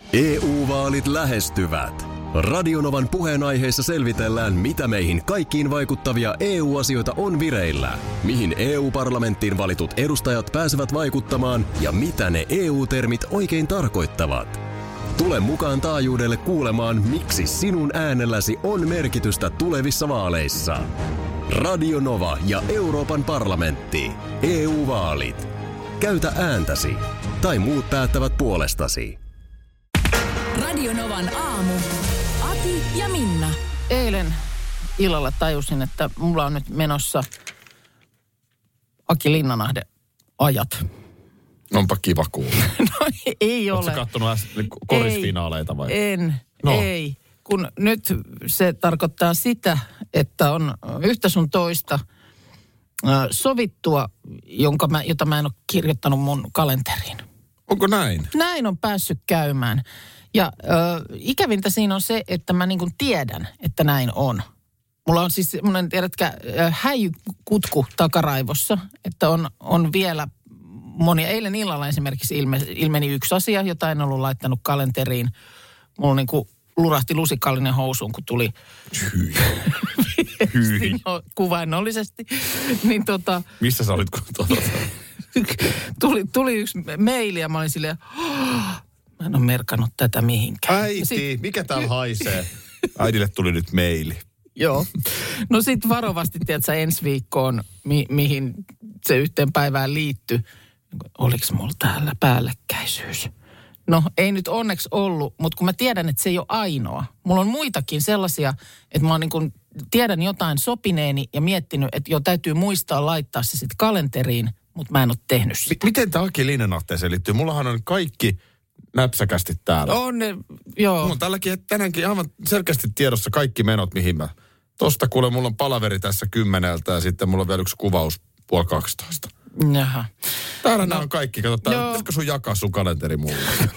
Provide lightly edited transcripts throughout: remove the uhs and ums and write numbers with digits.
EU-vaalit lähestyvät. Radionovan puheenaiheessa selvitellään, mitä meihin kaikkiin vaikuttavia EU-asioita on vireillä, mihin EU-parlamenttiin valitut edustajat pääsevät vaikuttamaan ja mitä ne EU-termit oikein tarkoittavat. Tule mukaan taajuudelle kuulemaan, miksi sinun äänelläsi on merkitystä tulevissa vaaleissa. Radio Nova ja Euroopan parlamentti. EU-vaalit. Käytä ääntäsi. Tai muut päättävät puolestasi. Radio Novan aamu. Ati ja Minna. Eilen illalla tajusin, että mulla on nyt menossa Aki Linnanahde ajat. Onpa kiva kuulla. No ei ole. Oletko kattonut korisfinaaleita vai? Ei. Kun nyt se tarkoittaa sitä, että on yhtä sun toista sovittua, jota mä en ole kirjoittanut mun kalenteriin. Onko näin? Näin on päässyt käymään. Ja ikävintä siinä on se, että mä niin kuin tiedän, että näin on. Mulla on siis semmoinen, tiedätkö, häijykutku takaraivossa, että on vielä monia. Eilen illalla esimerkiksi ilmeni yksi asia, jota en ollut laittanut kalenteriin. Mulla niin kuin lurahti lusikallinen housuun, kun tuli Hyi. No, kuvainnollisesti. Niin missä sä olit, kun tuli yksi maili ja mä olin silleen, mä en ole merkannut tätä mihinkään. Äiti, mikä täällä haisee? Äidille tuli nyt maili. Joo. No sit varovasti, tiedätkö, ensi viikkoon, mihin se yhteen päivään liittyi. Oliks mulla täällä päällekkäisyys? No ei nyt onneksi ollut, mutta kun mä tiedän, että se ei ole ainoa. Mulla on muitakin sellaisia, että mä niin kun tiedän jotain sopineeni ja miettinyt, että jo täytyy muistaa laittaa se sitten kalenteriin, mutta mä en ole tehnyt sitä. Miten tämä Aki Linnanahteeseen liittyy? Mullahan on kaikki näpsäkästi täällä. On ne, joo. Mulla on tänäänkin aivan selkeästi tiedossa kaikki menot, mihin mä. Tosta kuule, mulla on palaveri tässä 10 ja sitten mulla on vielä yksi kuvaus 11:30. Jaha. Täällä nämä on kaikki. Katsotaan, pitäisikö sun jakaa sun kalenteri mulle?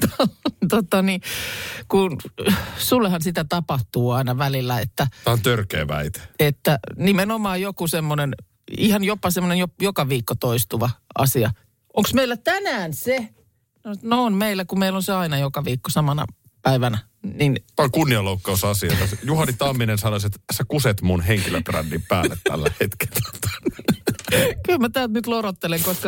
Kun sullehan sitä tapahtuu aina välillä, että... Tämä on törkeä väite. Että nimenomaan joku semmoinen, ihan jopa semmoinen joka viikko toistuva asia. Onko meillä tänään se? No on meillä, kun meillä on se aina joka viikko samana päivänä. Niin... Tämä on kunnianloukkausasia. Juhani Tamminen sanoisi, että sä kuset mun henkilöbrändin päälle tällä hetkellä. Kyllä mä täältä nyt lorottelen, koska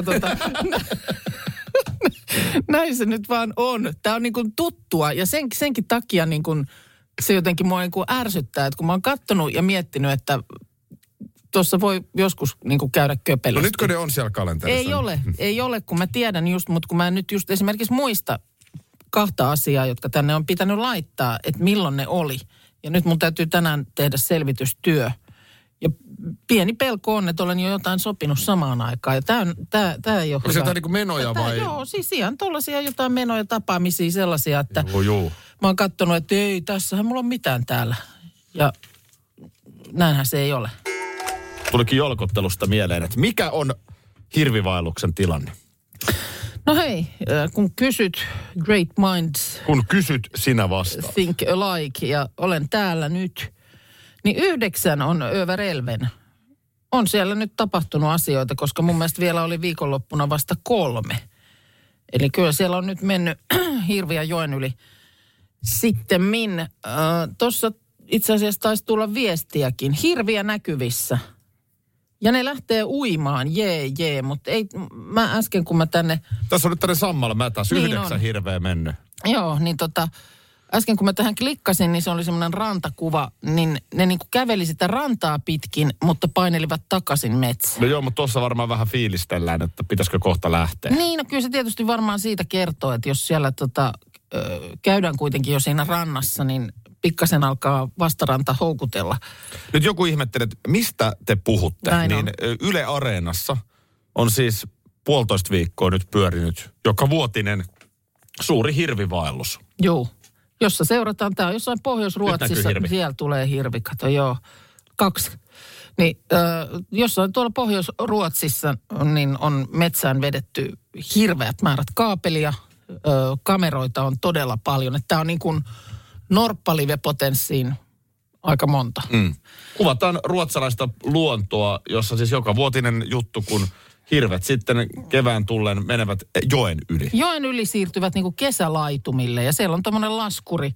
näin se nyt vaan on. Tämä on niin kuin tuttua ja senkin takia niin kuin se jotenkin mua niin kuin ärsyttää, että kun mä oon katsonut ja miettinyt, että tuossa voi joskus niin kuin käydä köpelösti. No nytkö ne on siellä kalenterissa? Ei ole, kun mä tiedän just, mutta kun mä en nyt just esimerkiksi muista 2 asiaa, jotka tänne on pitänyt laittaa, että milloin ne oli. Ja nyt mun täytyy tänään tehdä selvitystyö. Ja pieni pelko on, että olen jo jotain sopinut samaan aikaan. Ja tämä ei ole hyvä. Onko se niin menoja vai? Joo, siis ihan tuollaisia jotain menoja, tapaamisia sellaisia, että joo. Mä oon katsonut, että ei, tässähän mulla on mitään täällä. Ja näinhän se ei ole. Tulikin jolkottelusta mieleen, että mikä on hirvivaelluksen tilanne? No hei, kun kysyt great minds. Kun kysyt, sinä vastaat. Think alike ja olen täällä nyt. Niin 9 on over 11. On siellä nyt tapahtunut asioita, koska mun mielestä vielä oli viikonloppuna vasta 3. Eli kyllä siellä on nyt mennyt hirviä joen yli. Sittemmin tuossa itse asiassa taisi tulla viestiäkin. Hirviä näkyvissä. Ja ne lähtee uimaan, jee, mutta ei, mä äsken kun mä tänne... Tässä on nyt tänne sammalla mätäs, niin 9 hirveä mennyt. Joo, niin äsken kun mä tähän klikkasin, niin se oli semmoinen rantakuva, niin ne niinku käveli sitä rantaa pitkin, mutta painelivat takaisin metsään. No joo, mutta tuossa varmaan vähän fiilistellään, että pitäisikö kohta lähteä. Niin, no kyllä se tietysti varmaan siitä kertoo, että jos siellä käydään kuitenkin jo siinä rannassa, niin pikkasen alkaa vastaranta houkutella. Nyt joku ihmettelee, että mistä te puhutte? Näin niin on. Yle Areenassa on siis 1,5 viikkoa nyt pyörinyt joka vuotinen suuri hirvivaellus. Joo. Jossa seurataan, tämä on jossain Pohjois-Ruotsissa, siellä tulee hirvi, kato joo, 2. Niin jossain tuolla Pohjois-Ruotsissa niin on metsään vedetty hirveät määrät kaapelia, kameroita on todella paljon. Että tämä on niin kuin norppalive-potenssiin aika monta. Kuvataan ruotsalaista luontoa, jossa siis joka vuotinen juttu, kun hirvet sitten kevään tullen menevät joen yli. Joen yli siirtyvät niinku kesälaitumille ja siellä on tommonen laskuri,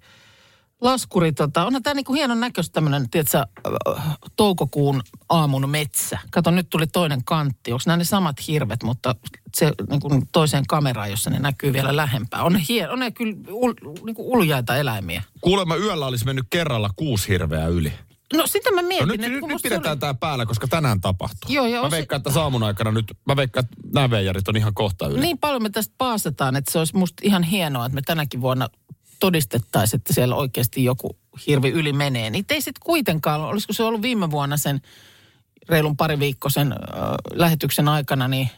onhan tää niinku hienon näköistä tämmönen, tiedätkö, toukokuun aamun metsä. Kato, nyt tuli toinen kantti. Onko nämä ne samat hirvet, mutta se niinku toiseen kameraan, jossa ne näkyy vielä lähempää. On ne kyllä niinku uljaita eläimiä. Kuulemma yöllä olisi mennyt kerralla 6 hirveä yli. No sitä mä mietin. No nyt pidetään tää päällä, koska tänään tapahtuu. Joo, mä veikkaan, että saamun aikana nyt, että nämä veijarit on ihan kohta yli. Niin paljon me tästä paasataan, että se olisi musta ihan hienoa, että me tänäkin vuonna todistettaisiin, että siellä oikeasti joku hirvi yli menee. Niitä ei sitten kuitenkaan, olisiko se ollut viime vuonna sen reilun pariviikkoisen lähetyksen aikana, niin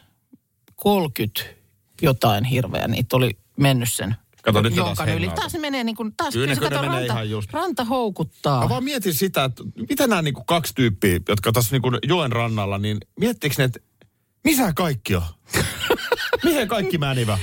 30 jotain hirveä. Niitä oli mennyt sen kato, nyt jonkan yli. Taas se menee niin kuin, kyllä se kato, ranta houkuttaa. Mä vaan mietin sitä, että mitä nämä niin kuin 2 tyyppiä, jotka tässä niin kuin joen rannalla, niin miettikö ne, että missä kaikki on? Mihin kaikki mänivät?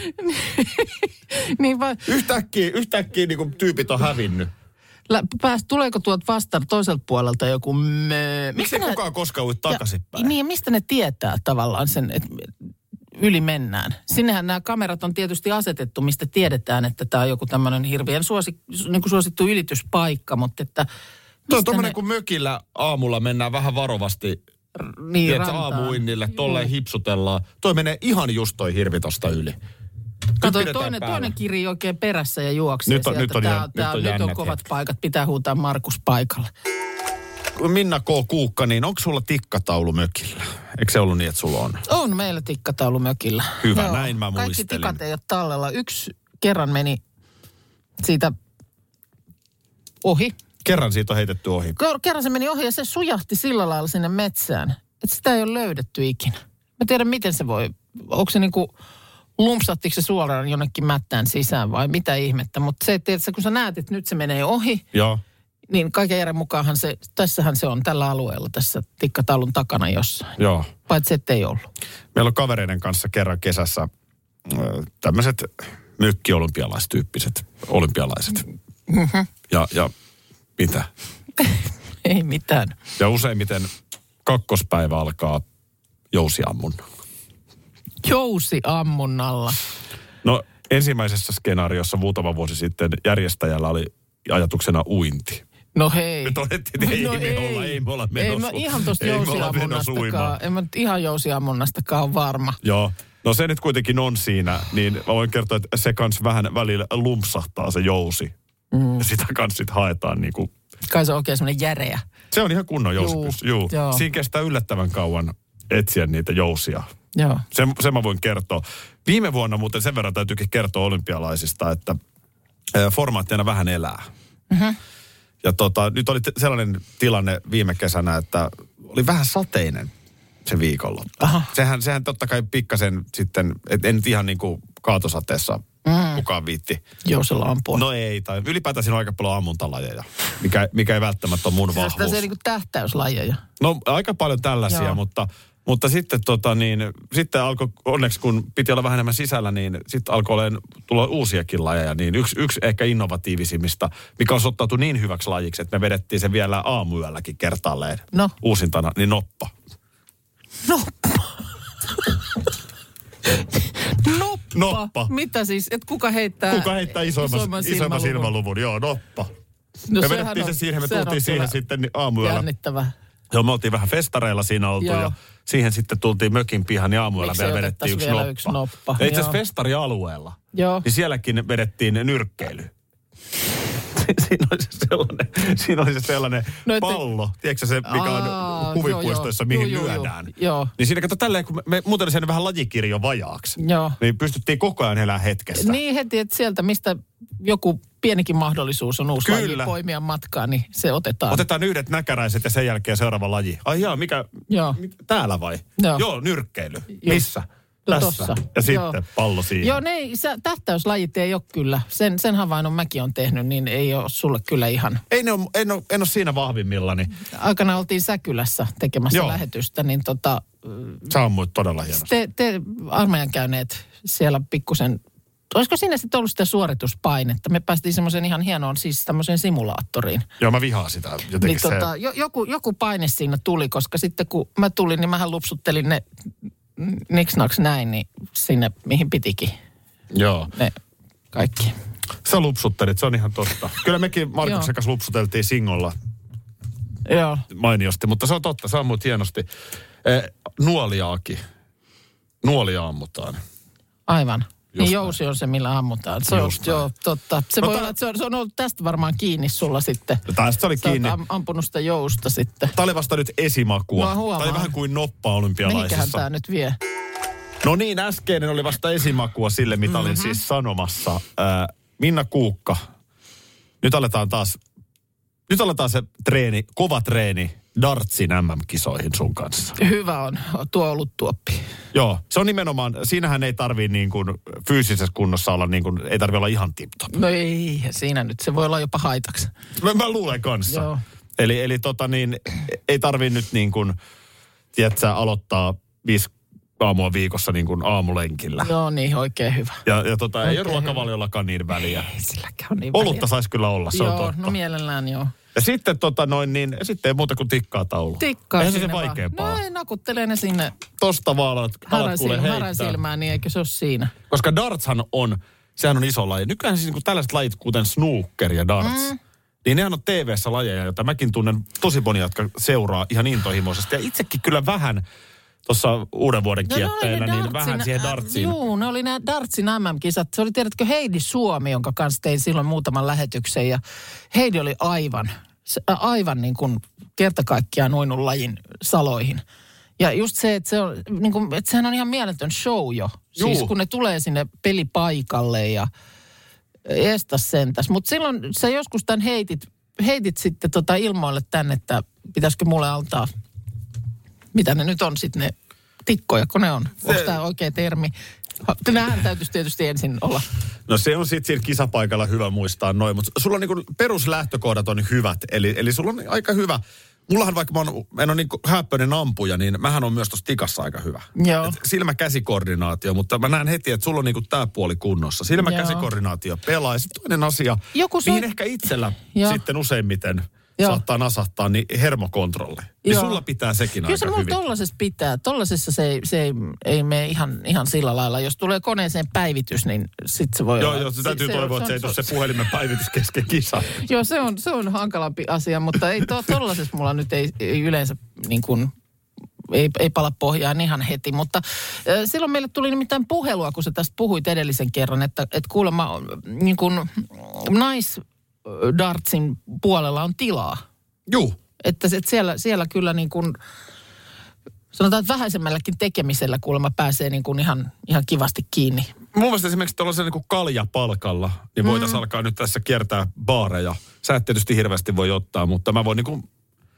Niin vai... Yhtäkkiä niin kuin tyypit on hävinnyt. Tuleeko tuolta vastaan toiselta puolelta joku Miksi ei kukaan koskaan ui takaisinpäin? Niin, ja mistä ne tietää tavallaan sen, että yli mennään? Sinnehän nämä kamerat on tietysti asetettu, mistä tiedetään, että tämä on joku tämmöinen hirveän niin kuin suosittu ylityspaikka, mutta että... Tuo on tommoinen, kun mökillä aamulla mennään vähän varovasti, niin, aamuinnille, tolleen hipsutellaan. Toi menee ihan just toi hirvi tosta yli. Kato, toinen kiri oikein perässä ja juoksee sieltä. Nyt on kovat paikat, pitää huutaa Markus paikalle. Minna K. Kuukka, niin onko sulla tikkataulu mökillä? Eikö se ollut niin, että sulla on? On meillä tikkataulu mökillä. Hyvä, joo, näin mä muistelin. Kaikki tikat ei ole tallella. Yksi kerran meni siitä ohi. Kerran siitä on heitetty ohi. Kerran se meni ohi ja se sujahti sillä lailla sinne metsään, että sitä ei ole löydetty ikinä. Mä tiedän, miten se voi, onko se niinku... Lumpsattiko se suoraan jonnekin mättään sisään vai mitä ihmettä? Mutta se, että kun sä näet, että nyt se menee ohi, joo, niin kaiken järjen mukaanhan tässähän se on tällä alueella, tässä tikkataulun takana jossain. Joo. Paitsi ettei ollut. Meillä on kavereiden kanssa kerran kesässä tämmöiset mökkiolympialaistyyppiset olympialaiset. Mm-hmm. Ja mitä? Ei mitään. Ja useimmiten kakkospäivä alkaa jousiammunnalla. Jousiammunnalla. No ensimmäisessä skenaariossa muutama vuosi sitten järjestäjällä oli ajatuksena uinti. No hei. Me todettiin, että ei me olla menossa. Ei ihan tuosta jousiammunnastakaan. En mä nyt ihan jousiammunnastakaan ole varma. Joo. No se nyt kuitenkin on siinä, niin mä voin kertoa, että se kans vähän välillä lumpsahtaa se jousi. Ja sitä kans sit haetaan niinku. Kai se on oikein semmoinen järeä. Se on ihan kunnon jousipyssy. Juu. Siinä kestää yllättävän kauan etsiä niitä jousia. Joo. Sen mä voin kertoa. Viime vuonna muuten sen verran täytyykin kertoa olympialaisista, että formaattina vähän elää. Mm-hmm. Ja nyt oli sellainen tilanne viime kesänä, että oli vähän sateinen se viikonloppu. Aha. Sehän totta kai pikkasen sitten, en nyt ihan niin kuin kaatosateessa kukaan viitti. Jousella ampua. No ei, tai ylipäätään siinä on aika paljon ammuntalajeja, mikä ei välttämättä ole mun vahvuus. Se niin kuin tähtäyslajeja. No aika paljon tällaisia, mutta sitten sitten alkoi, onneksi kun piti olla vähän enemmän sisällä, niin sitten alkoi tulla uusiakin lajeja. Niin yksi ehkä innovatiivisimmista, mikä on osoittautu niin hyväksi lajiksi, että me vedettiin sen vielä aamuyölläkin kertaalleen uusintana, niin noppa. Noppa. Mitä siis? Et kuka heittää isoimman silmäluvun? Joo, noppa. No me vedettiin se siihen, me tultiin siihen sitten aamuyöllä. Jännittävää. Joo, me oltiin vähän festareilla siinä oltu ja siihen sitten tultiin mökin pihaan ja aamuilla vielä vedettiin yksi noppa. Ja itse asiassa festarialueella, niin sielläkin vedettiin nyrkkeily. Siinä oli se sellainen pallo, tiedätkö se, mikä on huvipuistoissa, mihin lyödään. Joo. Niin siinä kato tälleen, kun me muuten sen vähän lajikirjo vajaaksi, niin pystyttiin koko ajan elämään hetkessä. Niin heti, että sieltä mistä joku pienikin mahdollisuus on uusi laji poimia matkaan, niin se otetaan. Otetaan yhdet näkäräiset ja sen jälkeen seuraava laji. Ai mikä täällä vai? Joo, nyrkkeily. Missä? Tässä. Ja sitten pallo siihen. Joo, tähtäyslajit ei ole kyllä. Sen havainnon mäkin on tehnyt, niin ei ole sulle kyllä ihan. En ole siinä vahvimmillani. Aikana oltiin Säkylässä tekemässä lähetystä, niin sä ammuit todella hienosti. Te armeijan käyneet siellä pikkusen, olisiko siinä sitten ollut sitä suorituspainetta? Me päästiin semmoisen ihan hienoon, siis tämmöiseen simulaattoriin. Joo, mä vihaan sitä jotenkin niin joku paine siinä tuli, koska sitten kun mä tulin, niin mähän lupsuttelin ne niksnaks näin, niin sinne mihin pitikin. Joo. Ne kaikki. Sä lupsuttelit, se on ihan totta. Kyllä mekin Markuksen kanssa lupsuteltiin Singolla Joo. mainiosti, mutta se on totta, sä ammut hienosti. Nuoliaakin. Nuolia ammutaan. Aivan. Just niin jousi on se, millä ammutaan. Se on, joo, totta. Se voi olla, että se on ollut tästä varmaan kiinni sulla sitten. Tästä oli kiinni. Sä oot ampunut sitä jousta sitten. Tämä oli vasta nyt esimakua. No, tai vähän kuin noppa olympialaisissa. Mihinkähän tämä nyt vie? No niin, äskeinen oli vasta esimakua sille, mitä olin siis sanomassa. Minna Kuukka, nyt aletaan se treeni, kova treeni dartsin MM-kisoihin sun kanssa. Hyvä on, tuo oluttuoppi. Joo, se on nimenomaan, siinähän ei tarvii niin kuin fyysisessä kunnossa olla niin kuin, ei tarvii olla ihan tip-top. No ei, siinä nyt, se voi olla jopa haitaksi. Mä luulen kanssa. Joo. Eli ei tarvii nyt niin kuin, tiedätkö, aloittaa 5 aamua viikossa niin kuin aamulenkillä. Joo niin, oikein hyvä. Ja ei ole ruokavaliollakaan niin väliä. Ei silläkään ole niin väliä. Olutta saisi kyllä olla, se on totta. No mielellään joo. Ja sitten sitten ei muuta kuin tikkaa tauluun. Tikkaa eihän sinne se vaikeampaa. No ei, nakuttelee ne sinne. Tosta vaan alat kuule heittää. Härän silmään, niin eikö se ole siinä? Koska dartshan sehän on iso laji. Nykyään siis niin tällaiset lajit, kuten snooker ja darts, niin nehän on TV-ssä lajeja, joita mäkin tunnen tosi monia, jotka seuraa ihan intohimoisesti. Ja itsekin kyllä vähän tuossa uuden vuoden kieppeillä, niin vähän siihen dartsiin. Joo, ne oli nämä dartsin MM-kisat. Se oli, tiedätkö, Heidi Suomi, jonka kanssa tein silloin muutaman lähetyksen. Ja Heidi oli aivan niin kuin kerta kaikkiaan uinut lajin saloihin. Ja just se, että se on, niin kuin, että sehän on ihan mieletön show jo. Juu. Siis kun ne tulee sinne pelipaikalle ja estas sentäs. Mutta silloin sä joskus tämän heitit sitten ilmoille tänne, että pitäisikö mulle antaa, mitä ne nyt on sitten ne tikkoja, kun ne on. Onko tämä oikea termi? Nämähän täytyisi tietysti ensin olla. No se on sitten siinä kisapaikalla hyvä muistaa noin, mutta sulla on niinku peruslähtökohdat on hyvät. Eli sulla on aika hyvä. Mullahan vaikka en ole niinku häppöinen ampuja, niin mähän on myös tuossa tikassa aika hyvä. Joo. Silmä-käsikoordinaatio, mutta mä näen heti, että sulla on niinku tää puoli kunnossa. Silmä-käsikoordinaatio pelaa. Ja sitten toinen asia, mihin ehkä itsellä sitten useimmiten saattaa nasahtaa, niin hermokontrolli. Niin sulla pitää sekin kyllä aika hyvin. Kyllä se tollasessa pitää. Tollasessa se ei mene ihan sillä lailla. Jos tulee koneeseen päivitys, niin sitten se voi olla. Joo, se täytyy toivoa, että se ei tule se puhelimen päivitys kesken kisa. Joo, se on hankalampi asia, mutta ei tollasessa mulla nyt ei yleensä niin kuin, ei pala pohjaan ihan heti. Mutta silloin meille tuli nimittäin puhelua, kun sä tästä puhuit edellisen kerran, että kuulemma niin kuin naisdartsin puolella on tilaa. Juu. Että siellä kyllä niin kuin, sanotaan, että vähäisemmälläkin tekemisellä kuulemma pääsee niin kuin ihan kivasti kiinni. Mun mielestä esimerkiksi tuollaisen niin kuin kaljapalkalla, niin voitaisiin alkaa nyt tässä kiertää baareja. Sä et tietysti hirveästi voi ottaa, mutta mä voin niin kuin,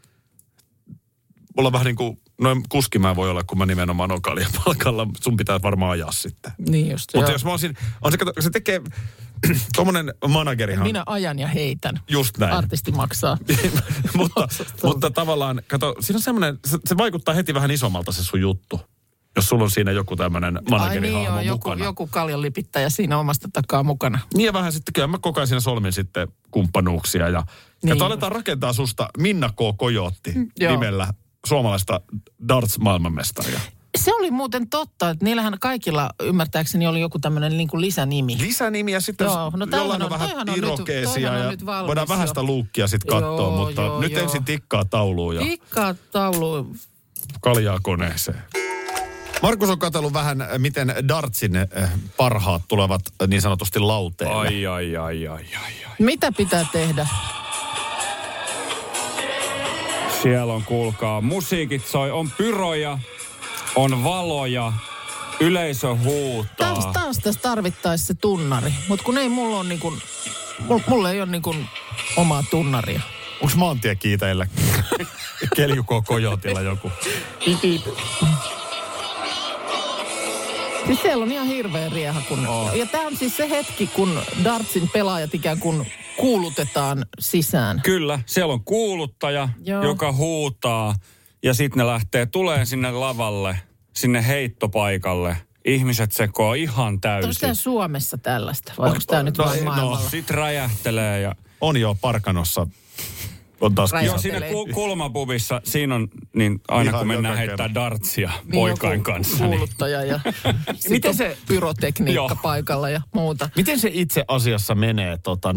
mulla vähän niin kuin, noin kuski mä voi olla, kun mä nimenomaan on kaljapalkalla. Sun pitää varmaan ajaa sitten. Niin just. Mutta jos mä olisin, se tekee, tommonen managerihan. Minä ajan ja heitän. Just näin. Artisti maksaa. mutta tavallaan, kato, siinä on semmoinen, se vaikuttaa heti vähän isommalta se sun juttu. Jos sulla on siinä joku tämmöinen managerihahmo mukana. Joku kaljan lipittäjä siinä omasta takaa mukana. Niin ja vähän sitten, kyllä mä koko ajan siinä solmin sitten kumppanuuksia. Ja aletaan rakentaa susta Minna K. Kojotti nimellä suomalaista darts-maailmanmestaria. Se oli muuten totta, että niillähän kaikilla ymmärtääkseni oli joku tämmöinen niin kuin lisänimi. Lisänimi ja sitten jollain on vähän irokeesia ja voidaan vähän sitä luukkia sitten katsoa, mutta nyt ensin tikkaa tauluun. Tikkaa tauluun. Kaljaa koneeseen. Markus on katsellut vähän, miten dartsin parhaat tulevat niin sanotusti lauteelle. Ai. Mitä pitää tehdä? Siellä on, kuulkaa, musiikit soi, on pyroja, on valoja, yleisö huutaa. Taas tässä tarvittaisi se tunnari, mutta kun ei mulla ole niin kuin, mulla ei ole niin kuin omaa tunnaria. Onko maantiekiitäjillä Kelju-K. Kojotilla joku? Siis siellä on ihan hirveä rieha. Ja tämä on siis se hetki, kun dartsin pelaajat ikään kuin kuulutetaan sisään. Kyllä, siellä on kuuluttaja, joka huutaa ja sitten ne tulee sinne lavalle, sinne heittopaikalle. Ihmiset sekoo ihan täysin. Onko tämä Suomessa tällaista vai onko tämä nyt vain maailmalla? Sitten räjähtelee ja... On jo Parkanossa on taas Joo, siinä kulmapubissa, siinä on, niin aina ihan kun mennään heittää dartsia poikain kanssa. Kuuluttaja ja miten se pyrotekniikka paikalla ja muuta. Miten se itse asiassa menee,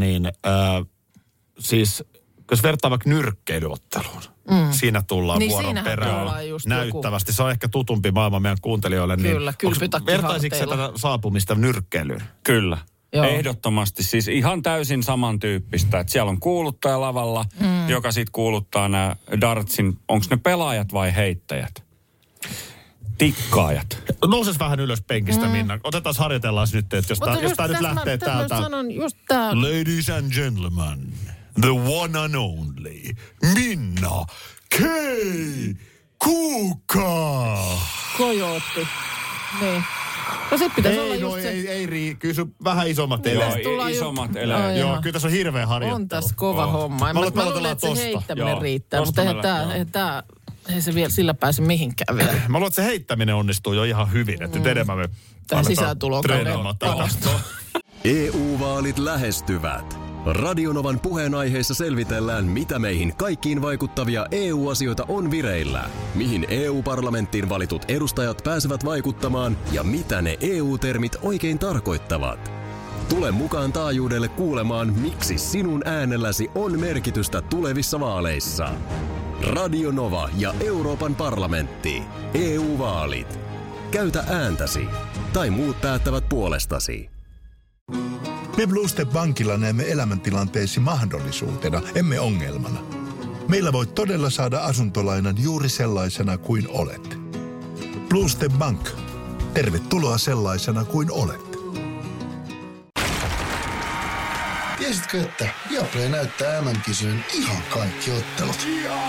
siis jos vertaa vaikka nyrkkeilyotteluun, siinä tullaan niin vuoron perään näyttävästi. Joku. Se on ehkä tutumpi maailma meidän kuuntelijoille. Kyllä, kylpytakki vertaisitko se tätä saapumista nyrkkeilyyn? Kyllä. Joo. Ehdottomasti. Siis ihan täysin samantyyppistä. Että siellä on kuuluttaja lavalla, joka sitten kuuluttaa nämä dartsin, onko ne pelaajat vai heittäjät? Tikkaajat. Nouses vähän ylös penkistä, Minna. Otetaan harjoitellaan nyt, että jos tämä nyt lähtee täältä. Ladies and gentlemen, the one and only, Minna K. Kuukka. Kojootti. Niin. No sit pitäisi olla just se. Ei, kyllä sun vähän isommat eleet. Joo, isommat eleet. Joo, kyllä tässä on hirveä harjoittelu. On tässä kova homma. Mä luulen, että se heittäminen riittää, mutta ei se vielä sillä pääse mihinkään vielä. Mä luulen, että se heittäminen onnistuu jo ihan hyvin, että nyt enemmän me tämä sisääntulokauden panosta. EU-vaalit lähestyvät. Radionovan puheenaiheessa selvitellään, mitä meihin kaikkiin vaikuttavia EU-asioita on vireillä, mihin EU-parlamenttiin valitut edustajat pääsevät vaikuttamaan ja mitä ne EU-termit oikein tarkoittavat. Tule mukaan taajuudelle kuulemaan, miksi sinun äänelläsi on merkitystä tulevissa vaaleissa. Radio Nova ja Euroopan parlamentti. EU-vaalit. Käytä ääntäsi. Tai muut päättävät puolestasi. Me Blue Step Bankilla näemme elämäntilanteesi mahdollisuutena, emme ongelmana. Meillä voit todella saada asuntolainan juuri sellaisena kuin olet. Blue Step Bank. Tervetuloa sellaisena kuin olet. Tiesitkö, että Viaplay näyttää MM-kisojen ihan kaikki ottelut?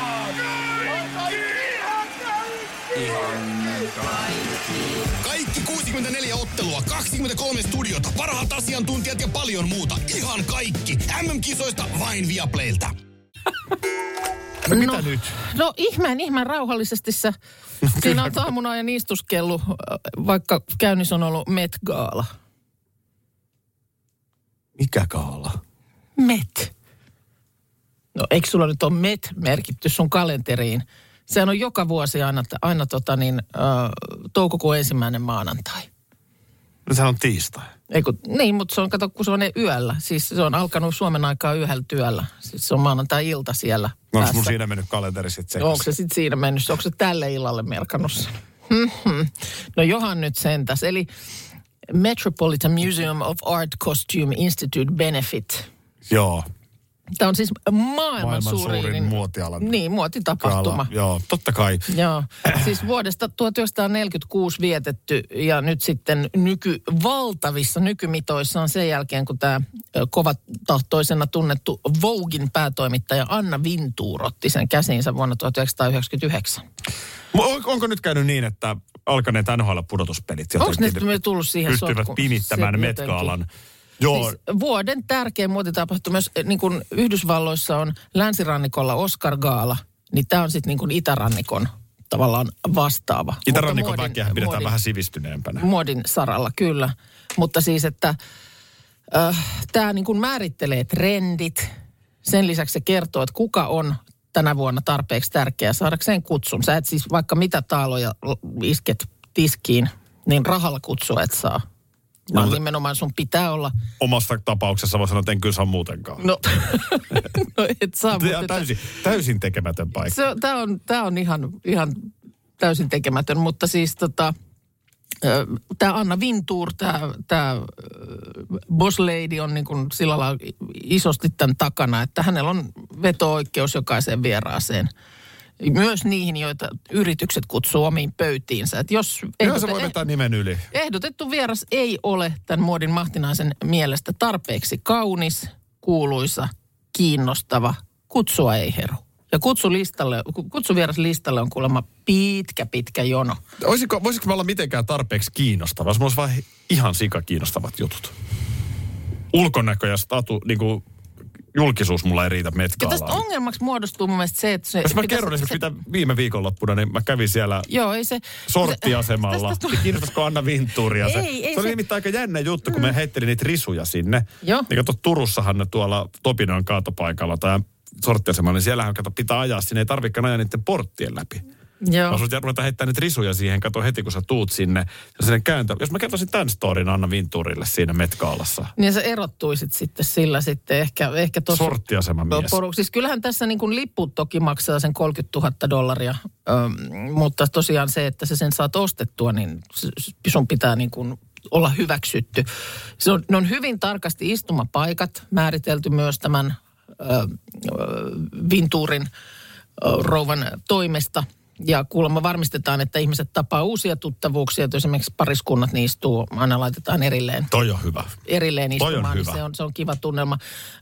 Kaikki 64 ottelua, 23 studiota, parhaat asiantuntijat ja paljon muuta. Ihan kaikki. MM-kisoista vain Viaplaylta. Mitä nyt? No ihmeen rauhallisesti siinä on aamuna ajan istuskellut, vaikka käynnissä on ollut Met-gaala. Mikä gaala? Met. No eikö sulla nyt ole Met merkitty sun kalenteriin? Sehän on joka vuosi aina toukokuun 1. maanantai. No sehän on tiistai. Niin, mutta se on, kato, kun se on yöllä. Siis se on alkanut Suomen aikaa 1 yöllä. Siis se on maanantai-ilta siellä. Onko mun siinä mennyt kalenteri sitten sekaisin? Onko se sitten siinä mennyt? Onko se tälle illalle merkannut sen? No johan nyt sentäs. Eli Metropolitan Museum of Art Costume Institute Benefit. Joo. Tämä on siis maailman suurin muotialan. Niin, muotitapahtuma. Joo, totta kai. Joo, siis vuodesta 1946 vietetty ja nyt sitten valtavissa nykymitoissa on sen jälkeen, kun tämä kovatahtoisena tunnettu Voguein päätoimittaja Anna Wintour otti sen käsiinsä vuonna 1999. Onko nyt käynyt niin, että alkaneet NHL-pudotuspelit onko ne tullut siihen sotkuun? Pystyvät pimittämään Met-gaalan. Joo. Siis vuoden tärkein muotitapahtuma myös niin kuin Yhdysvalloissa on länsirannikolla Oscar-gaala, niin tämä on sitten niin kuin itärannikon tavallaan vastaava. Itärannikon väkeä pidetään vähän sivistyneempänä. Muodin saralla, kyllä. Mutta siis, että tämä niin kuin määrittelee trendit. Sen lisäksi se kertoo, että kuka on tänä vuonna tarpeeksi tärkeä saadakseen kutsun. Sä et siis vaikka mitä taaloja isket tiskiin, niin rahalla kutsua et saa. No, nimenomaan sun pitää olla. Omassa tapauksessa voi sanoa, että en kyllä saa muutenkaan. No et saa. Täysin tekemätön paikka. Tämä on ihan täysin tekemätön, mutta siis tämä Anna Wintour, tämä boss lady on niin kuin sillä lailla isosti tämän takana, että hänellä on veto-oikeus jokaiseen vieraaseen. Myös niihin, joita yritykset kutsuu omiin pöytiinsä. Että jos se voi vetää nimen yli. Ehdotettu vieras ei ole tämän muodin mahtinaisen mielestä tarpeeksi kaunis, kuuluisa, kiinnostava. Kutsua ei heru. Ja kutsuvieraslistalle on kuulemma pitkä jono. Voisiko me olla mitenkään tarpeeksi kiinnostava? Jos mulla olisi vaan ihan sika kiinnostavat jutut. Ulkonäkö ja niin kuin julkisuus mulla ei riitä Met-gaalaan. Ja tästä ongelmaksi muodostuu mun mielestä se, että jos mä kerron esimerkiksi mitä viime viikonloppuna, niin mä kävin siellä sorttiasemalla. Kiinnostaisiko Anna Winturia se? Se oli nimittäin aika jännä juttu, kun me heittelin niitä risuja sinne. Joo. Niin kato, Turussahan ne tuolla Topinoin kaatopaikalla tai sorttiasemaan, niin siellähän pitää ajaa, sinne ei tarvitsekaan ajaa niiden porttien läpi. Joo. Mä asuin ruveta heittää niitä risuja siihen, kato heti kun sä tuut sinne. Ja sinne kääntö. Jos mä kertoisin tämän storin Anna Vinturille siinä Met-Gaalassa. Niin sä erottuisit sitten sillä sitten ehkä tuossa. Sorttiaseman mies. Siis kyllähän tässä niin kuin liput toki maksaa sen $30,000, mutta tosiaan se, että sä sen saat ostettua, niin sun pitää niin kuin olla hyväksytty. Ne on hyvin tarkasti istumapaikat määritelty myös tämän Vinturin rouvan toimesta. Ja kuulemma varmistetaan, että ihmiset tapaa uusia tuttavuuksia. Että esimerkiksi pariskunnat niin istuu, aina laitetaan erilleen. Toi on hyvä. Erilleen istumaan, niin se on kiva tunnelma.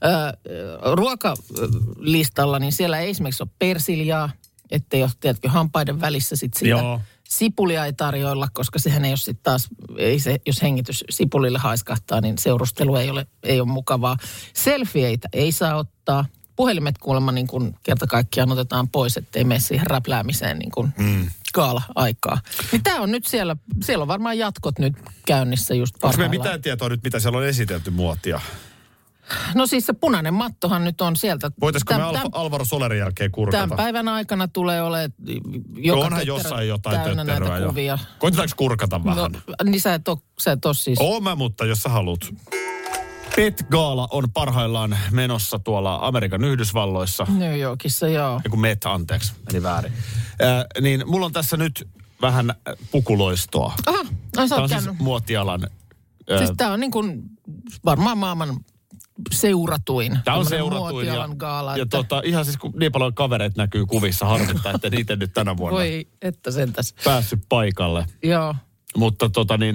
Ruokalistalla, niin siellä ei esimerkiksi ole persiljaa, ettei ole, tiedätkö, hampaiden välissä sit siitä. Joo. Sipulia ei tarjoilla, koska sehän ei ole sitten taas, jos hengitys sipulille haiskahtaa, niin seurustelu ei ole mukavaa. Selfieitä ei saa ottaa. Puhelimet kuulemma niin kuin kerta kaikkiaan otetaan pois, ettei mene siihen räpläämiseen niin kuin gaala-aikaa. Niin tämä on nyt siellä on varmaan jatkot nyt käynnissä just parhaillaan. Onko me mitään tietoa nyt, mitä siellä on esitelty muotia? No siis se punainen mattohan nyt on sieltä. Voitaisiko me Alvaro Solerin jälkeen kurkata? Tämän päivän aikana tulee olemaan onhan jossain jotain täynnä näitä kuvia. Koitetaanko kurkata vähän? No, niin sä et ole siis. Oon mä, mutta jos sä haluat. Met-gaala on parhaillaan menossa tuolla Amerikan Yhdysvalloissa. New Yorkissa, joo. Eiku Met, anteeksi, meni väärin. Niin mulla on tässä nyt vähän pukuloistoa. Aha, tämä on siis muotialan. Siis tää on niin kuin varmaan maailman seuratuin. Tämä on seuratuin gaala, ja ihan siis kun niin paljon kavereita näkyy kuvissa, harmittaa, että niitä nyt tänä vuonna voi, että sentäs päässyt paikalle. Joo. Mutta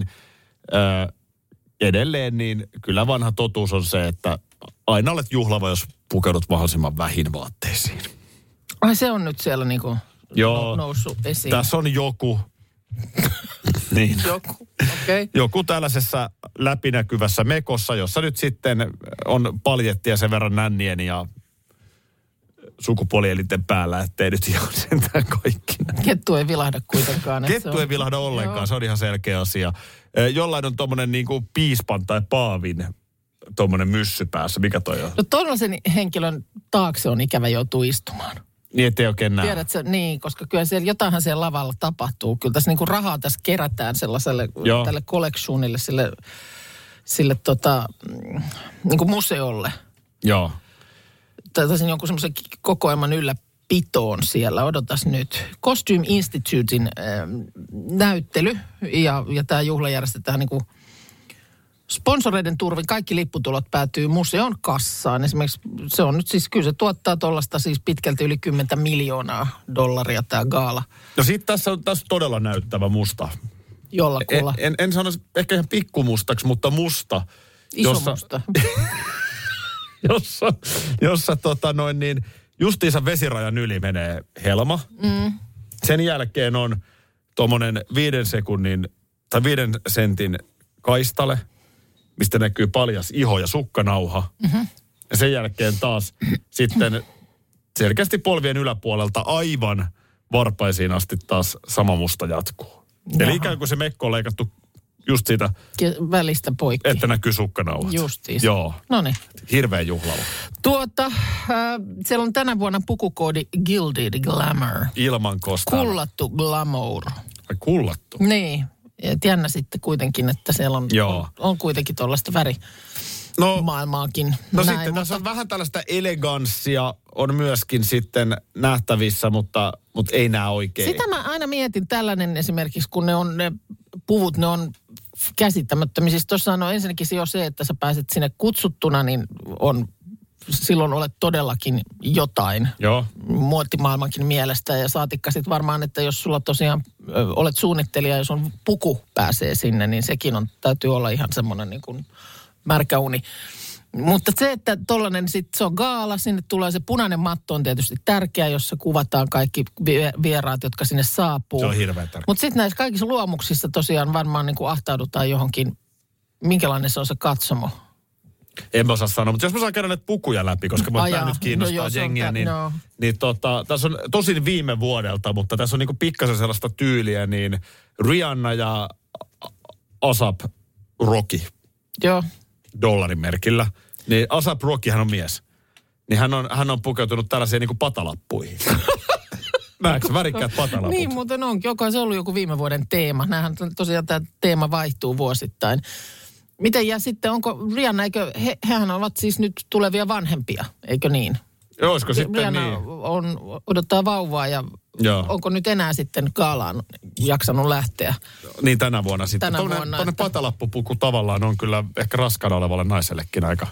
edelleen niin kyllä vanha totuus on se, että aina olet juhlava, jos pukeudut mahdollisimman vähin vaatteisiin. Ai se on nyt siellä niinku noussut esiin. Tässä on joku. Niin. Joku, okei. Okay. Joku tällaisessa läpinäkyvässä mekossa, jossa nyt sitten on paljettia sen verran nännien ja sukupuolielinten päällä, ettei nyt ihan sentään kaikki. Kettu ei vilahda kuitenkaan. Kettu ei vilahda ollenkaan, joo. Se on ihan selkeä asia. Jollain on tommonen niinku piispan tai paavin tommonen myssy päässä. Mikä toi on? No tollaisen henkilön taakse on ikävä joutua istumaan. Niin, ettei oikein näe. Tiedätkö, niin, koska kyllä siellä jotainhan siellä lavalla tapahtuu. Kyllä tässä niinku rahaa tässä kerätään sellaiselle tälle collectionille, sille niinku museolle. Joo. Taisin jonkun semmoisen kokoelman ylläpitoon siellä. Odotas nyt. Costume Institutein näyttely ja tämä juhla järjestetään niinku sponsoreiden turvin. Kaikki lipputulot päätyy museon kassaan. Esimerkiksi se on nyt siis, kyllä se tuottaa tuollaista siis pitkälti yli $10 miljoonaa tämä gaala. No sit tässä on todella näyttävä musta. Jollakulla. En sano ehkä ihan pikkumustaksi, mutta musta. Iso musta. jossa justiinsa vesirajan yli menee helma. Sen jälkeen on tommonen 5 sekunnin tai 5 sentin kaistale, mistä näkyy paljas iho ja sukkanauha. Ja sen jälkeen taas sitten selkeästi polvien yläpuolelta aivan varpaisiin asti taas sama musta jatkuu. Eli ikään kuin se mekko on leikattu just siitä välistä poikki. Että näkyy sukkanauhat. Justiin. Joo. Noniin. Hirveän juhlava. Siellä on tänä vuonna pukukoodi Gilded Glamour. Ilman kostaa. Kullattu glamour. Ai kullattu? Niin. Et jännä sitten kuitenkin, että siellä on kuitenkin tuollaista maailmaakin. No näin, sitten tässä on vähän tällaista eleganssia on myöskin sitten nähtävissä, mutta ei näe oikein. Sitä mä aina mietin tällainen esimerkiksi, kun ne puvut, ne on käsittämättömiä. Siis tuossa on ensinnäkin se, että sä pääset sinne kutsuttuna, niin silloin olet todellakin jotain. Joo. Muottimaailmankin mielestä. Ja saatikka sitten varmaan, että jos sulla tosiaan olet suunnittelija ja sun puku pääsee sinne, niin sekin täytyy olla ihan semmoinen niin kuin märkä uni. Mutta se, että tollainen sitten se on gaala, sinne tulee se punainen matto on tietysti tärkeä, jossa kuvataan kaikki vieraat, jotka sinne saapuu. Se on hirveän tärkeä. Mutta sitten näissä kaikissa luomuksissa tosiaan varmaan niin kuin ahtaudutaan johonkin, minkälainen se on se katsomo. En mä osaa sanoa, mutta jos mä saan käydä näitä pukuja läpi, koska mä nyt kiinnostaa jengiä, niin tässä on tosin viime vuodelta, mutta tässä on niinku pikkasen sellaista tyyliä, niin Rihanna ja A$AP Rocky. Joo. $1 merkillä. Niin A$AP Rockyhän on mies. niin hän on pukeutunut tällaisiin niin kuin patalappuihin. Näetkö värikkäät patalaput? Niin muuten onkin. Onkohan se ollut joku viime vuoden teema? Nämähän tosiaan tämä teema vaihtuu vuosittain. Miten ja sitten onko Rihanna, eikö hehän ovat siis nyt tulevia vanhempia, eikö niin? Joo, olisiko sitten Rihanna niin? odottaa vauvaa ja Joo. onko nyt enää sitten gaalaan jaksanut lähteä? Niin tänä vuonna sitten. Tuonne patalappupuku tavallaan on kyllä ehkä raskaana olevalle naisellekin aika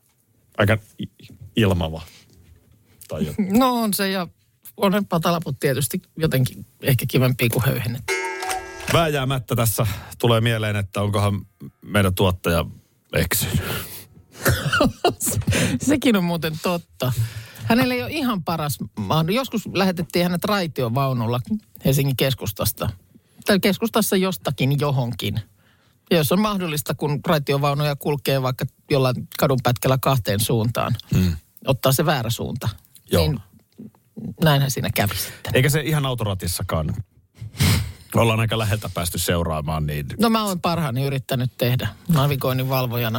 ilmava. Tai no on se ja on patalaput tietysti jotenkin ehkä kivempia kuin höyhenet. Vääjäämättä tässä tulee mieleen, että onkohan meidän tuottaja eksynyt. Sekin on muuten totta. Hänellä ei ole ihan paras mahdollisuus. Joskus lähetettiin hänet raitiovaunulla Helsingin keskustasta. Tai keskustassa jostakin johonkin. Ja jos on mahdollista, kun raitiovaunuja kulkee vaikka jollain kadunpätkällä kahteen suuntaan, ottaa se väärä suunta. Joo. Niin näinhän siinä kävi sitten. Eikä se ihan autoratissakaan. Ollaan aika läheltä päästy seuraamaan. Niin... No mä oon parhaani yrittänyt tehdä navigoinnin valvojana.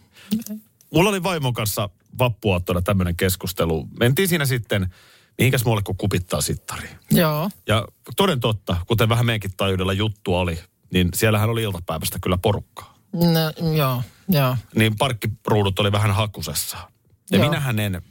Mulla oli vaimon kanssa vappuaattona tämmöinen keskustelu. Mentiin siinä sitten, mihinkäs muualle kuin kupittaa sittariin. Joo. Ja toden totta, kuten vähän meidänkin taajuudella juttu oli, niin siellähän oli iltapäivästä kyllä porukkaa. No, joo. Niin parkkiruudut oli vähän hakusessa. Ja joo. minähän en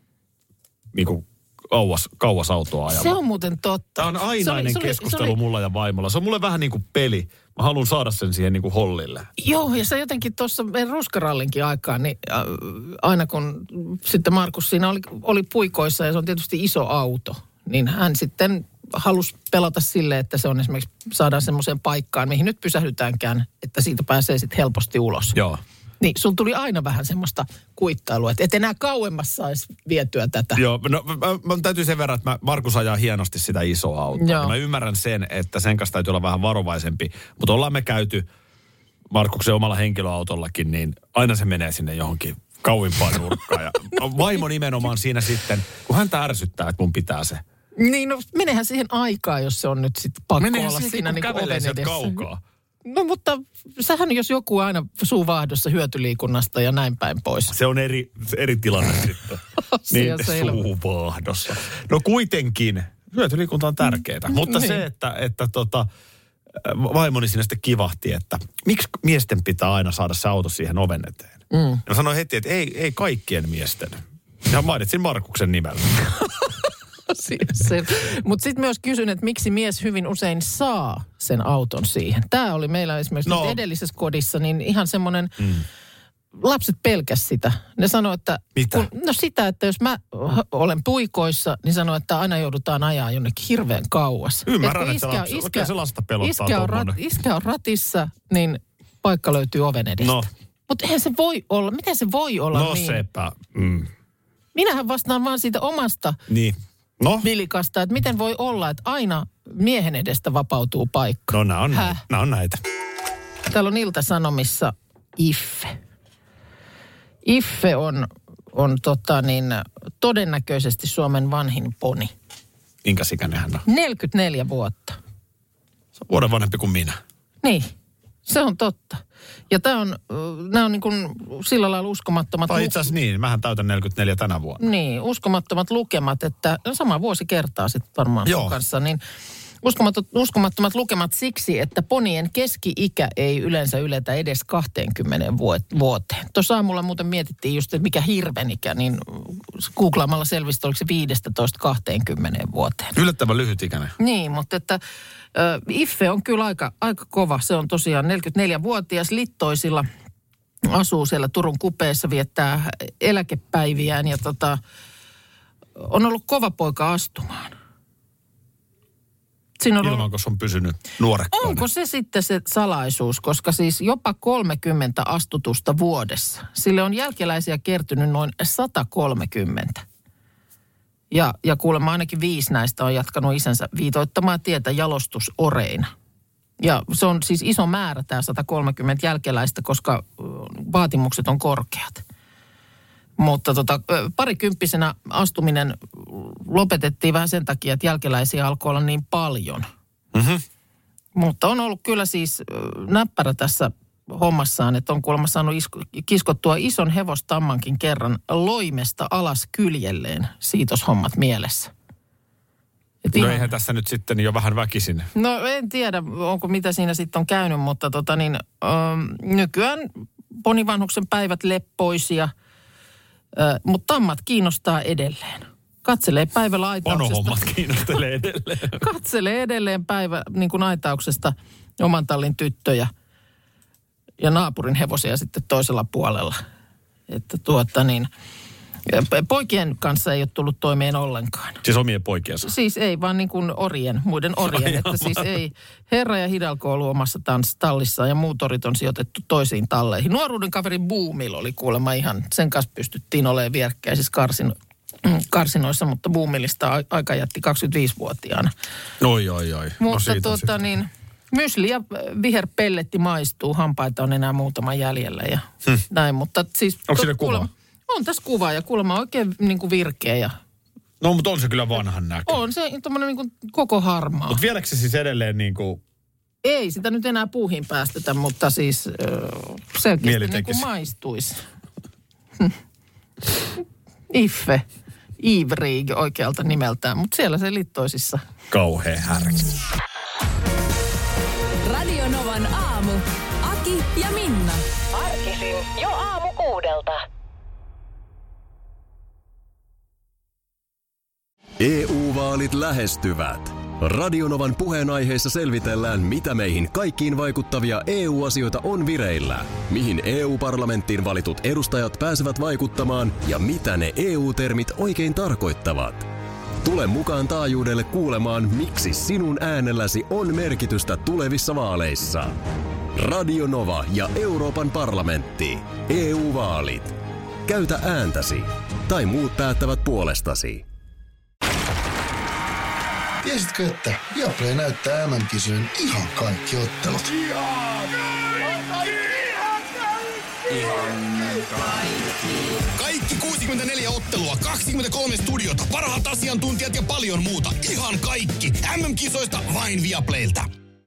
niinku kauas autoa ajamaan. Se on muuten totta. Tämä on ainainen keskustelu mulla ja vaimolla. Se on mulle vähän niin kuin peli. Mä haluan saada sen siihen niin kuin hollille. Joo, ja se jotenkin tuossa meidän ruskarallinkin aikaan, niin aina kun sitten Markus siinä oli puikoissa ja se on tietysti iso auto, niin hän sitten halusi pelata sille, että se on esimerkiksi saadaan semmoiseen paikkaan, mihin nyt pysähdytäänkään, että siitä pääsee sitten helposti ulos. Joo. Niin sun tuli aina vähän semmoista kuittailua, että et enää kauemmas saisi vietyä tätä. Joo, no mä täytyy sen verran, että Markus ajaa hienosti sitä isoa autoa. Ja mä ymmärrän sen, että sen kanssa täytyy olla vähän varovaisempi. Mutta ollaan me käyty Markuksen omalla henkilöautollakin, niin aina se menee sinne johonkin kauimpaan nurkkaan. Ja vaimo nimenomaan siinä sitten, kun häntä ärsyttää, että mun pitää se. Niin no menehän siihen aikaan, jos se on nyt sitten pakko menehän olla siihen, siinä niin kävelee oven edessä. kaukaa. No mutta sähän jos joku aina suuvaahdossa hyötyliikunnasta ja näin päin pois. Se on eri tilanne sitten. Niin suuvaahdossa. No kuitenkin, hyötyliikunta on tärkeää. Mutta niin. Se, että vaimoni siinä sitten kivahti, että miksi miesten pitää aina saada se auto siihen oven eteen. Ja mä sanoin heti, että ei kaikkien miesten. Ja mainitsin Markuksen nimellä. Mutta sitten myös kysyn, että miksi mies hyvin usein saa sen auton siihen. Tämä oli meillä esimerkiksi edellisessä kodissa, niin ihan semmoinen, lapset pelkäs sitä. Ne sanoi, että... Mitä? Sitä, että jos mä olen puikoissa, niin sanoi, että aina joudutaan ajaa jonnekin hirveän kauas. Ymmärrän, että se lasta pelottaa tuommoinen. Iskä on ratissa, niin paikka löytyy oven edestä. No. Mutta eihän se voi olla, miten se voi olla niin? No sepä. Minähän vastaan vaan siitä omasta... Niin. No? Vilikasta, että miten voi olla, että aina miehen edestä vapautuu paikka. No nämä on näitä. Täällä on Ilta-Sanomissa Iffe. Iffe on todennäköisesti Suomen vanhin poni. Minkäs ikäinen hän on? 44 vuotta. Se on vuoden vanhempi kuin minä. Niin, se on totta. Ja nämä on niin kuin sillä lailla uskomattomat... Tai itse asiassa niin, mähän täytän 44 tänä vuonna. Niin, uskomattomat lukemat, että sama vuosi kertaa sitten varmaan sun kanssa, niin uskomattomat lukemat siksi, että ponien keski-ikä ei yleensä yletä edes 20 vuoteen. Tuossa aamulla muuten mietittiin just, että mikä hirven ikä, niin googlaamalla selvistä, oliko se 15-20 vuoteen. Yllättävän lyhytikäinen. Niin, mutta että Iffe on kyllä aika kova. Se on tosiaan 44-vuotias Littoisilla, asuu siellä Turun kupeessa, viettää eläkepäiviään ja on ollut kova poika astumaan. Ilman, kun se on pysynyt nuorekkaana. Onko se sitten se salaisuus, koska siis jopa 30 astutusta vuodessa. Sille on jälkeläisiä kertynyt noin 130. Ja kuulemma ainakin 5 näistä on jatkanut isänsä viitoittamaa tietä jalostusoreina. Ja se on siis iso määrä tämä 130 jälkeläistä, koska vaatimukset on korkeat. Mutta parikymppisenä astuminen lopetettiin vähän sen takia, että jälkeläisiä alkoi olla niin paljon. Mm-hmm. Mutta on ollut kyllä siis näppärä tässä hommassaan, että on kuulemma saanut kiskottua ison hevostammankin kerran loimesta alas kyljelleen siitoshommat mielessä. No eihän tässä nyt sitten jo vähän väkisin. No en tiedä, onko mitä siinä sitten on käynyt, mutta nykyään ponivanhuksen päivät leppoisia, mutta tammat kiinnostaa edelleen. Katselee päivällä aitauksesta. Panohommat kiinnostelee edelleen. Katselee edelleen niin kuin aitauksesta oman tallin tyttöjä ja naapurin hevosia sitten toisella puolella. Että poikien kanssa ei ole tullut toimeen ollenkaan. Siis omien poikiensa? Siis ei, vaan niin kuin muiden orjen. Että siis ei. Herra ja Hidalgo on ollut omassa tallissaan ja muut orit on sijoitettu toisiin talleihin. Nuoruuden kaveri Boomil oli kuulemma ihan, sen kanssa pystyttiin olemaan vierekkäisissä karsinoissa, mutta Boomilista aika jätti 25-vuotiaana. Oi. Mutta mysli ja viherpelletti maistuu, hampaita on enää muutama jäljellä ja näin, mutta siis... Onko siinä kuva? On tässä kuva ja kuulemma oikein niin kuin virkeä ja... No, mutta on se kyllä vanhan näkö. On se tommoinen niin kuin koko harmaa. Mutta vieläkö se siis edelleen niin kuin... Ei sitä nyt enää puuhin päästetä, mutta siis selkeästi niin kuin maistuisi. Iffe. Ivrig oikealta nimeltään, mutta siellä se Littoisissa. Kauhea härki. Radio Novan aamu. Aki ja Minna. Arkisin jo 6:00. EU-vaalit lähestyvät. Radio Novan puheenaiheessa selvitellään, mitä meihin kaikkiin vaikuttavia EU-asioita on vireillä, mihin EU-parlamenttiin valitut edustajat pääsevät vaikuttamaan ja mitä ne EU-termit oikein tarkoittavat. Tule mukaan taajuudelle kuulemaan, miksi sinun äänelläsi on merkitystä tulevissa vaaleissa. Radio Nova ja Euroopan parlamentti. EU-vaalit. Käytä ääntäsi. Tai muut päättävät puolestasi. Tiesitkö, että Viaplay näyttää MM-kisojen ihan kaikki ottelut? Kaikki 64 ottelua, 23 studiota, parhaat asiantuntijat ja paljon muuta. Ihan kaikki. MM-kisoista vain Viaplaylta.